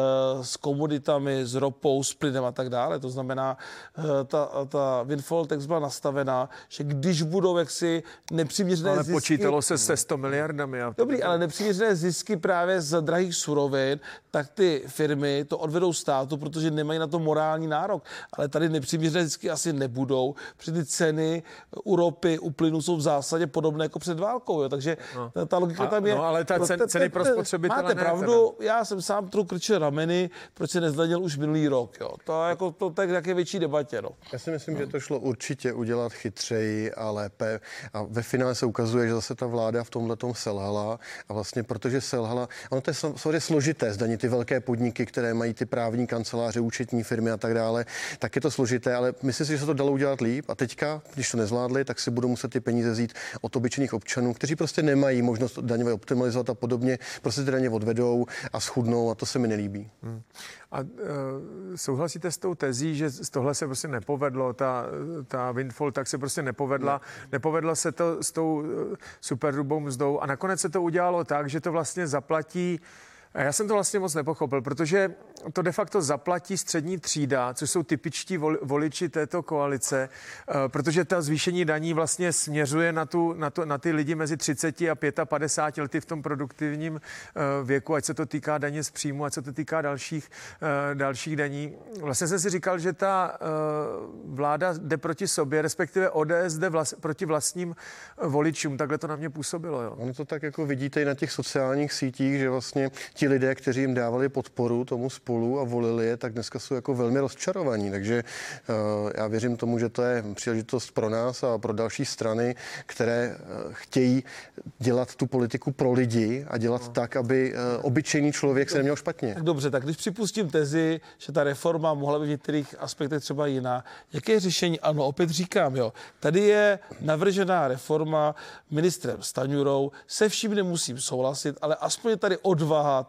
s komoditami, s ropou, s plynem a tak dále. To znamená, e, ta, ta windfall tax byla nastavená, že když budou jaksi nepřiměřené ale zisky... Ale počítalo se se sto miliardami. A Dobrý, ale nepřiměřené zisky právě z drahých surovin, tak ty firmy to odvedou státu, protože nemají na to morální nárok. Ale tady nepřiměřené zisky asi nebudou, protože ty ceny u ropy, u plynu jsou v zásadě podobné jako před válkou. Jo. Takže no. ta, ta logika tam je... No, ale ta cen, ceny pro spotřebitele máte ne, pravdu, teda. Já jsem sám trochu krčil rameny, proč se nezdanil už minulý rok. Jo. To je jako to tak nějaké větší debatě. No. Já si myslím, no. že to šlo určitě udělat chytřeji a lépe. A ve finále se ukazuje, že zase ta vláda v tomhletom selhala. A vlastně protože selhala, ono to je samozřejmě složité zdanit ty velké podniky, které mají ty právní kanceláře, účetní firmy a tak dále, tak je to složité, ale myslím si, že se to dalo udělat líp. A teďka, když to nezvládli, tak si budou muset ty peníze vzít od obyčejných občanů, kteří prostě nemají možnost daňové optimalizovat a podobně, prostě ty daně odvedou a schudnou a to se mi nelíbí. Hmm. A uh, souhlasíte s tou tezí, že z tohle se prostě nepovedlo, ta, ta windfall tak se prostě nepovedla, ne. nepovedlo se to s tou uh, superhrubou mzdou a nakonec se to udělalo tak, že to vlastně zaplatí. A já jsem to vlastně moc nepochopil, protože to de facto zaplatí střední třída, což jsou typičtí voliči této koalice, protože ta zvýšení daní vlastně směřuje na, tu, na, to, na ty lidi mezi třicet a padesát pět lety v tom produktivním věku, ať se to týká daně z příjmu, ať se to týká dalších, dalších daní. Vlastně jsem si říkal, že ta vláda jde proti sobě, respektive O D S jde vlast, proti vlastním voličům. Takhle to na mě působilo. Jo. Ono to tak jako vidíte i na těch sociálních sítích, že vlastně ti lidé, kteří jim dávali podporu tomu Spolu a volili je, tak dneska jsou jako velmi rozčarovaní. Takže uh, já věřím tomu, že to je příležitost pro nás a pro další strany, které uh, chtějí dělat tu politiku pro lidi a dělat no. tak, aby uh, obyčejný člověk se neměl špatně. Tak dobře, tak když připustím tezi, že ta reforma mohla být v některých aspektech třeba jiná, jaké je řešení? Ano, opět říkám, jo. Tady je navržená reforma ministrem Stanjurou, se vším nemusím souhlasit, ale aspoň je tady odvaha té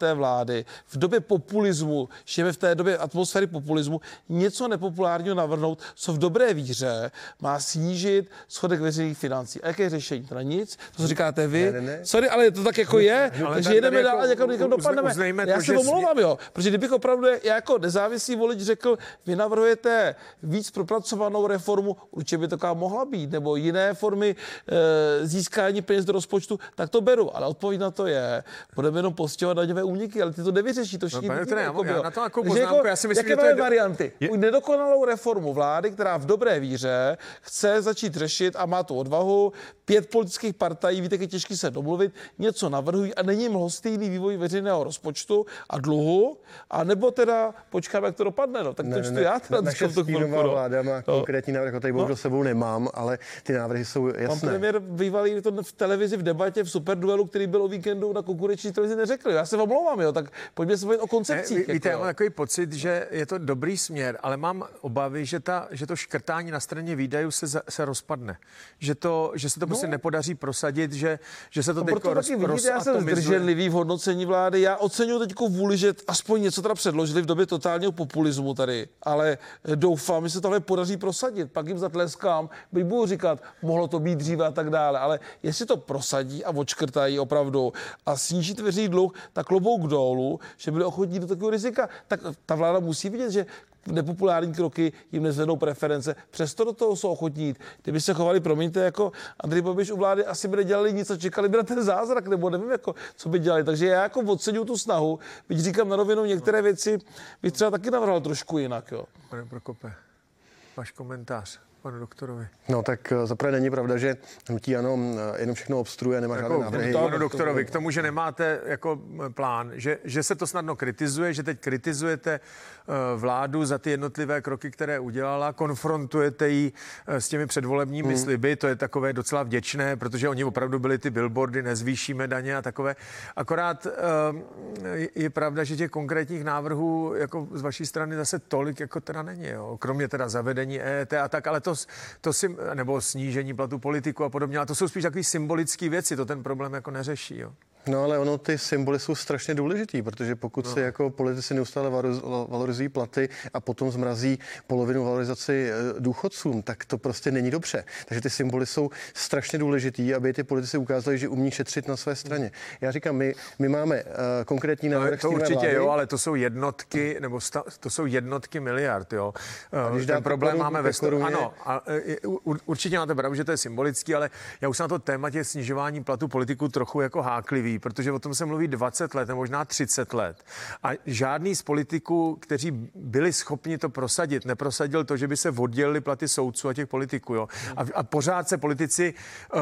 té vlády v době populismu, žijeme v té době atmosféry populismu, něco nepopulárního navrhnout, co v dobré víře má snížit schodek veřejných financí. A jaké je řešení? Teda nic? To, co říkáte vy? Ne, ne, ne. Sorry, ale to tak jako je. Ne, takže jedeme dál a někam, někam dopadneme. Já se omlouvám, jo. Protože kdybych opravdu jako nezávislý volič řekl, vy navrhujete víc propracovanou reformu, určitě by taková mohla být, nebo jiné formy e, získání peněz do rozpočtu, tak to beru. Ale odpověď na to je, budeme jenom postihovat daňové úniky, ale ty to nevyřeší, to všichni. No, vidíme, já, jako já na to jako poznámku, jako, já si myslím, jaké že to je varianty? Je... Nedokonalou reformu vlády, která v dobré víře chce začít řešit a má tu odvahu, pět politických partají, víte, jak je těžký se domluvit, něco navrhují a není mlhostejný vývoj veřejného rozpočtu a dluhu, a nebo teda počkáme, jak to dopadne, no. Tak ne, to čtu ne, já teda ne, naše stínová no. vláda má konkrétní návrh, o tady bohužel no. sebou nemám, ale ty návrhy jsou jasné. Pan premiér bývalý to v televizi v debatě v Superduelu, který byl o víkendu na konkurenční televizi, neřekl. Já se omlouvám, jo, tak pojďme se bavit o koncepcích. Ne, víte, jako, já mám takový pocit, že je to dobrý směr, ale mám obavy, že, ta, že to škrtání na straně výdajů se, za, se rozpadne. Že, to, že se to prostě no. nepodaří prosadit, že, že se to no, teď roz, vidíte, já jsem zdrženlivý v hodnocení vlády. Já oceňuji teď vůli, že aspoň něco teda předložili v době totálního populismu tady, ale doufám, že se tohle podaří prosadit. Pak jim zatleskám, byť budu říkat, mohlo to být dříve a tak dále, ale jestli to prosadí a odškrtají opravdu a snížit veřejný dluh, tak klobouk dolů, že byli ochotní do takového rizika, tak ta vláda musí vidět, že nepopulární kroky jim nezvednou preference. Přesto do toho jsou ochotní jít. Kdyby se chovali, promiňte, jako Andrej Babiš u vlády, asi by nedělali nic a čekali by na ten zázrak, nebo nevím, jako, co by dělali. Takže já jako oceňuji tu snahu, byť říkám na rovinu, některé věci bych třeba taky navrhl trošku jinak. Jo. Pane Prokope, váš komentář panu doktorovi. No tak zaprvé není pravda, že hnutí ANO jenom všechno obstruuje, nemá žádné návrhy. Panu doktorovi, k tomu, že nemáte jako plán, že, že se to snadno kritizuje, že teď kritizujete uh, vládu za ty jednotlivé kroky, které udělala, konfrontujete ji uh, s těmi předvolebními hmm. sliby, to je takové docela vděčné, protože oni opravdu byli ty billboardy, nezvýšíme daně a takové. Akorát uh, je pravda, že těch konkrétních návrhů jako z vaší strany zase tolik jako teda není, jo. Kromě teda zavedení E E T a tak, ale to To si, nebo snížení platu politiku a podobně, ale to jsou spíš takové symbolické věci, to ten problém jako neřeší, jo. No ale ono, ty symboly jsou strašně důležitý, protože pokud no. si jako politici neustále valorizují platy a potom zmrazí polovinu valorizaci důchodcům, tak to prostě není dobře. Takže ty symboly jsou strašně důležitý, aby ty politici ukázali, že umí šetřit na své straně. Já říkám, my, my máme uh, konkrétní návrh. To, to určitě vlády. Jo, ale to jsou jednotky, nebo sta, to jsou jednotky miliard, jo. Uh, ten problém máme ve sto... Ano, a, uh, určitě máte pravdu, že to je symbolický, ale já už na to téma těch snižování platu politiků trochu jako háklivý, protože o tom se mluví dvacet let, nebo možná třicet let. A žádný z politiků, kteří byli schopni to prosadit, neprosadil to, že by se oddělili platy soudců a těch politiků. Jo. A, a pořád se politici uh,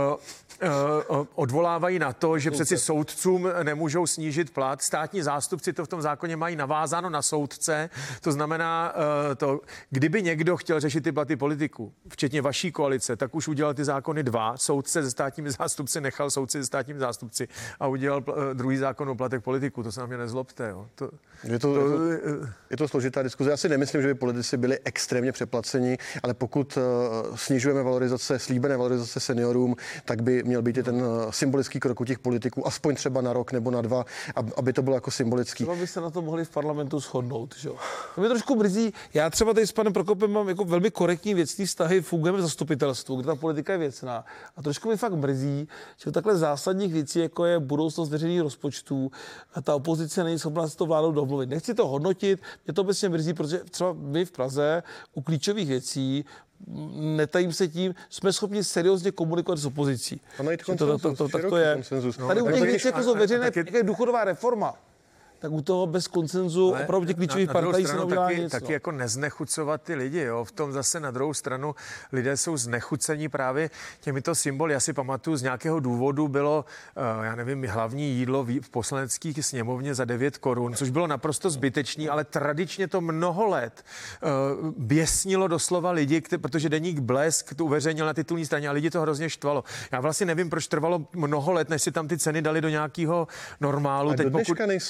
uh, odvolávají na to, že přeci soudcům nemůžou snížit plat. Státní zástupci to v tom zákoně mají navázáno na soudce. To znamená, uh, to, kdyby někdo chtěl řešit ty platy politiků, včetně vaší koalice, tak už udělal ty zákony dva. Soudce se státními zástupci nechal soudci se státními zástupci a udělal druhý zákon o platech politiků, to se na mě nezlobte. Jo. To, je, to, to, je, to, je to složitá diskuze. Já si nemyslím, že by politici byli extrémně přeplaceni, ale pokud uh, snižujeme valorizace, slíbené valorizace seniorům, tak by měl být i ten uh, symbolický krok u těch politiků, aspoň třeba na rok nebo na dva, ab, aby to bylo jako symbolický. Třeba by se na to mohli v parlamentu shodnout. Že? To mě trošku mrzí. Já třeba tady s panem Prokopem mám jako velmi korektní věcný vztahy, fungujeme v zastupitelstvu, kde ta politika je věcná. A trošku mi fakt mrzí, že takhle zásadních věcí, jako je budoucnost veřejných rozpočtů, a ta opozice není schopná se to vládou domluvit. Nechci to hodnotit, mě to obecně mrzí, protože třeba my v Praze u klíčových věcí, netajím se tím, jsme schopni seriózně komunikovat s opozicí. A najít konsenzus, to, to, to, tak to je. No, tady u těch věcí, jako jsou veřejné, jak je důchodová reforma, tak u toho bez konsenzu opravdu těch klíčových partají se neudělá nic. Taky no. jako neznechucovat ty lidi, jo. V tom zase na druhou stranu lidé jsou znechucení právě těmito symboly. Já si pamatuju, z nějakého důvodu bylo, já nevím, hlavní jídlo v poslaneckých sněmovně za devět korun, což bylo naprosto zbytečný, ale tradičně to mnoho let uh, běsnilo doslova lidi, kte- protože deník Blesk to uveřejnil na titulní straně a lidi to hrozně štvalo. Já vlastně nevím, proč trvalo mnoho let, než si tam ty ceny dali do nějakého normálu. A teď do dneška pokud... nejsou.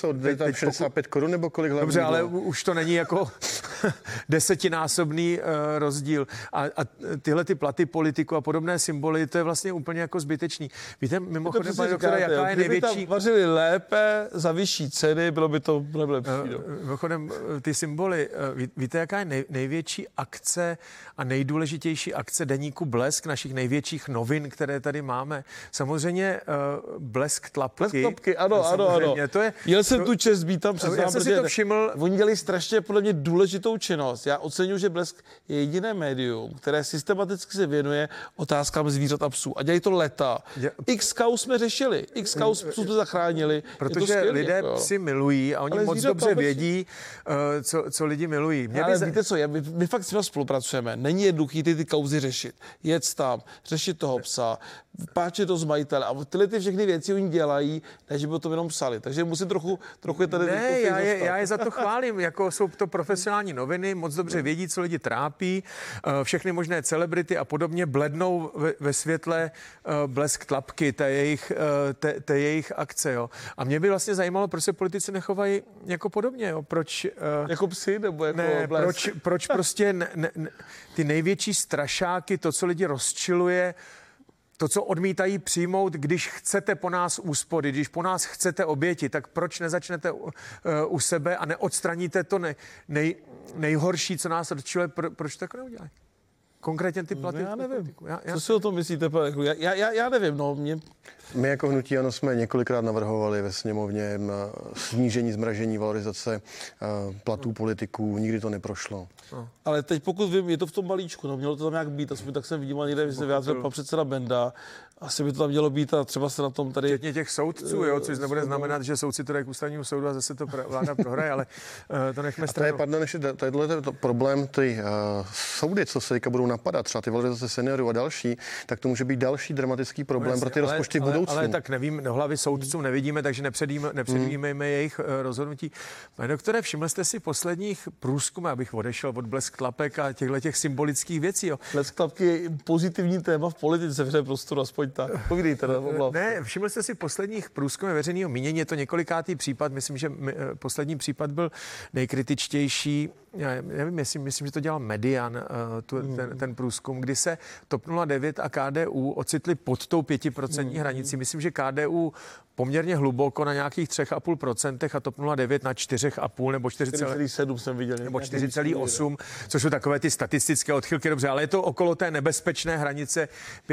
tam teď šedesát pět korun nebo kolik hlavní? Dobře, ale no? už to není jako desetinásobný uh, rozdíl. A, a tyhle ty platy politiku a podobné symboly, to je vlastně úplně jako zbytečný. Víte, mimochodem, pane doktore, jaká jo. je Kdyby největší... tam vařili lépe, za vyšší ceny, bylo by to lepší. Uh, mimochodem, ty symboly, uh, ví, víte, jaká je nej, největší akce a nejdůležitější akce deníku Blesk, našich největších novin, které tady máme? Samozřejmě uh, Blesk tlapky. Blesk tlapky, ano, ano, ano. To je, Měl jsem to, tu čest být tam přiznám, já jsem si to všiml. Oni dělají strašně podle mě důležitou činnost. Já oceňuji, že Blesk je jediné médium, které systematicky se věnuje otázkám zvířat a psů. A dělají to leta. Já... X kaus jsme řešili, X kaus psů jsme zachránili. Protože skvělý, lidé jako, psy milují a oni ale moc dobře vědí, uh, co, co lidi milují. Mě ale by... víte co, já, my, my fakt s nimi spolupracujeme. Není jednoduchý ty, ty kauzy řešit. Jet tam, řešit toho psa, páčit to z majitele. A tyhle ty všechny věci oni dělají, ne, že by to jenom psali. Takže musím trochu, trochu je tady... Ne, já je, já je za to chválím. Jako jsou to profesionální noviny, moc dobře vědí, co lidi trápí, všechny možné celebrity a podobně blednou ve, ve světle Blesk tlapky, té jejich, té, té jejich akce. Jo. A mě by vlastně zajímalo, proč se politici nechovají jako podobně. Jo. Proč... Jako psi nebo jako ne, Blesk? Proč, proč prostě ne, ne, ne, ty největší strašáky, to, co lidi rozčiluje, to, co odmítají přijmout, když chcete po nás úspory, když po nás chcete oběti, tak proč nezačnete u, uh, u sebe a neodstraníte to nej, nej, nejhorší, co nás rozčiluje, pro, proč to jako neudělají? Konkrétně ty platy. No já nevím. Já, já... Co si o tom myslíte, pane? Já, já, já nevím, no mě... My jako hnutí ANO jsme několikrát navrhovali ve sněmovně snížení, zmražení valorizace platů politiků, nikdy to neprošlo. No. Ale teď pokud vím, je to v tom balíčku, no mělo to tam nějak být, aspoň tak jsem viděl někde, že se vyjádřil pan předseda Benda, asi by to tam mělo být a třeba se na tom tady... Včetně těch soudců, jo, což nebude znamenat, že soudci to dají k ústavnímu soudu a zase to vláda prohraje, ale uh, to nechme stranou. A to je, pardon, ještě tadyhle je to problém, ty uh, soudy, co se teďka budou napadat, třeba ty valorizace seniorů a další, tak to může být další dramatický problém no, jasně, pro ty rozpočty v budoucnu. Ale tak nevím, do hlavy soudců nevidíme, takže nepředjímejme hmm. jejich uh, rozhodnutí. Pane doktore, všiml jste si posledních průzkumů, abych odešel od Blesk tlapek a těchto těch symbolických věcí. Jo. Blesk tlapky je pozitivní téma v politice, v prostoru, aspoň tak. Povídejte, ne, ne, všiml jste si posledních průzkumů veřejného mínění, je to několikátý případ, myslím, že poslední případ byl nejkritičtější. Já nevím, myslím, myslím, že to dělal Median, tu, ten, ten průzkum, kdy se TOP nula devět a K D U ocitli pod tou pětiprocentní hranicí. Myslím, že K D U poměrně hluboko na nějakých tři a půl procenta a TOP nula devět na čtyři a půl nebo čtyři celá sedm jsem viděl. Nebo čtyři celá osm, což jsou takové ty statistické odchylky, dobře, ale je to okolo té nebezpečné hranice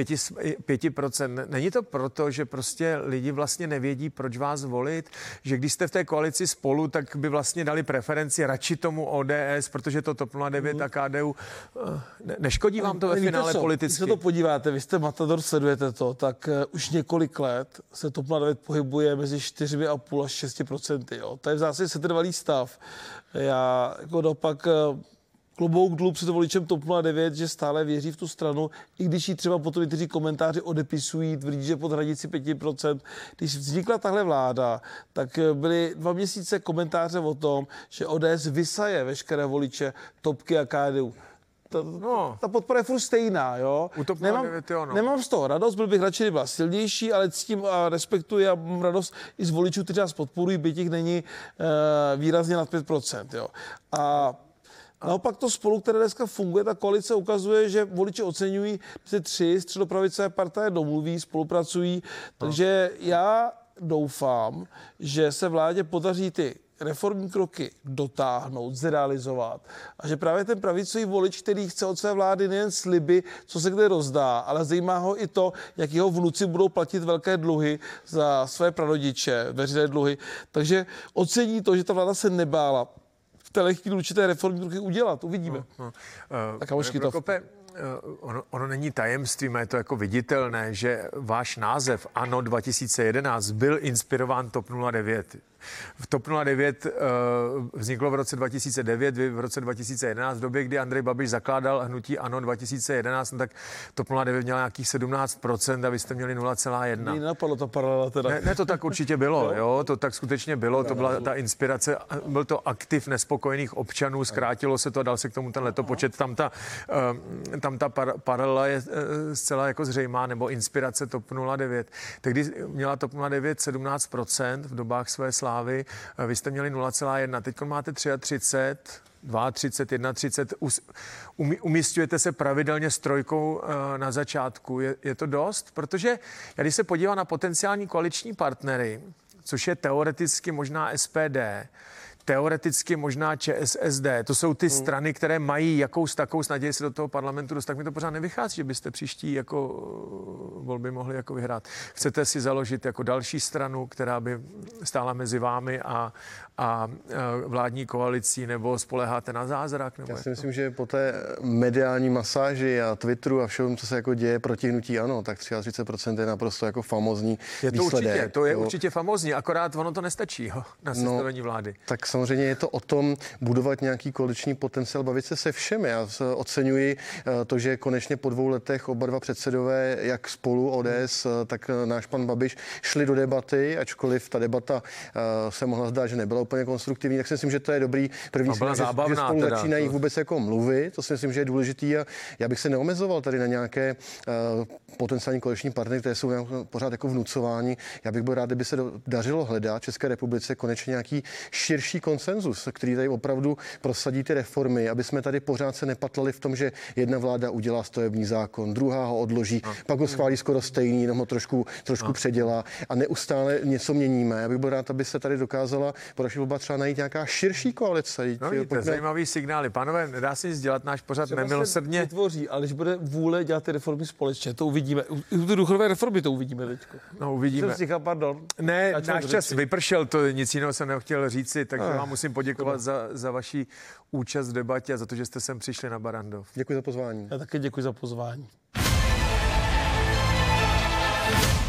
pět procent. Není to proto, že prostě lidi vlastně nevědí, proč vás volit, že když jste v té koalici Spolu, tak by vlastně dali preferenci radši tomu O D S, protože to TOP nula devět mm. a K D U ne, neškodí vám to ve finále politicky. Když se to podíváte, vy jste Matador, sledujete to, tak uh, už několik let se TOP nula devět pohybuje mezi čtyři a půl až šest procenty. Jo. To je v zásadě setrvalý stav. Já jako dopak uh, klobouk dolů před voličem TOP nula devět, že stále věří v tu stranu, i když ji třeba potom někteří komentáři odepisují, tvrdí, že pod hranici pět procent. Když vznikla tahle vláda, tak byly dva měsíce komentáře o tom, že O D S vysaje veškeré voliče TOPky a K D U. Ta, no. ta podpora je furt stejná, jo. Nemám, jo, no. nemám z toho radost, byl bych radši, kdyby byla silnější, ale ctím a respektuji a mám radost i z voličů, kteří nás podporují, byť jich není uh, výrazně nad pět procent, jo. A naopak to Spolu, které dneska funguje, ta koalice ukazuje, že voliči oceňují, že se tři středopravicové partaje domluví, spolupracují, takže já doufám, že se vládě podaří ty reformní kroky dotáhnout, zrealizovat a že právě ten pravicový volič, který chce od své vlády nejen sliby, co se kde rozdá, ale zajímá ho i to, jak jeho vnuci budou platit velké dluhy za své prarodiče, veřejné dluhy, takže ocení to, že ta vláda se nebála v téhle chvíli určité reformní kroky udělat. Uvidíme. Uh, uh, tak a Prokope, ono, ono není tajemstvím, je to jako viditelné, že váš název ANO dva tisíce jedenáct byl inspirován TOP nula devět. V TOP nula devět uh, vzniklo v roce dva tisíce devět, vy v roce dva tisíce jedenáct, v době, kdy Andrej Babiš zakládal hnutí ANO dva tisíce jedenáct, no tak TOP nula devět měla nějakých sedmnáct procent a vy jste měli nula celá jedna. Mně napadlo ta paralela teda. Ne, ne, to tak určitě bylo, jo, to tak skutečně bylo, to byla ta inspirace, byl to aktiv nespokojených občanů, zkrátilo se to, dal se k tomu ten letopočet, tam ta, uh, tam ta par, paralela je e, zcela jako zřejmá, nebo inspirace T O P nula devět. Tehdy měla T O P nula devět sedmnáct procent v dobách své slávy, vy jste měli nula celá jedna, teď máte třicet tři, třicet dva, třicet, třicet jedna. Umístujete se pravidelně s trojkou na začátku. Je, je to dost? Protože já když se podívám na potenciální koaliční partnery, což je teoreticky možná S P D, teoreticky možná Č S S D. To jsou ty hmm. strany, které mají jakous takou naději se do toho parlamentu dostat. Tak mi to pořád nevychází, že byste příští jako volby mohli jako vyhrát. Chcete si založit jako další stranu, která by stála mezi vámi a, a vládní koalicí, nebo spoléháte na zázrak? Nebo Já si myslím, že po té mediální masáži a Twitteru a všem, co se jako děje proti hnutí ANO, tak třicet tři procent je naprosto jako famózní je to výsledek. Určitě, to je jo. určitě famózní, akorát ono to nestačí jo, na sestavení no, vlády. Tak samozřejmě je to o tom budovat nějaký koaliční potenciál, bavit se se všemi. Já oceňuji to, že konečně po dvou letech oba dva předsedové, jak spolu O D S, tak náš pan Babiš, šli do debaty, ačkoliv ta debata se mohla zdát, že nebyla úplně konstruktivní, tak si myslím, že to je dobrý první signál, že, že spolu teda, začínají to... vůbec jako mluvit. To si myslím, že je důležitý a já bych se neomezoval tady na nějaké uh, potenciální koaliční partnery, které jsou pořád jako vnucování. Já bych byl rád, kdyby se dařilo hledat České republice konečně nějaký širší konsenzus, který tady opravdu prosadí ty reformy, aby jsme tady pořád se nepatlali v tom, že jedna vláda udělá stavební zákon, druhá ho odloží, no. pak ho schválí skoro stejný, jenom ho trošku, trošku no. předělá a neustále něco měníme. Já bych byl rád, aby se tady dokázala po další volbách třeba najít nějaká širší koalice. No, vidíte, pojďme... zajímavý signály. Pánové, nedá se nic dělat, náš pořad nemilosrdně vytvoří, ale když bude vůle dělat ty reformy společně, to uvidíme. U ty důchodové reformy to uvidíme teďko. No, uvidíme. Říkal, pardon. Ne, náš čas vypršel, to nic jiného jsem nechtěl říci, takže ah, vám musím poděkovat za, za vaši účast v debatě a za to, že jste sem přišli na Barrandov. Děkuji za pozvání. Já také děkuji za pozvání.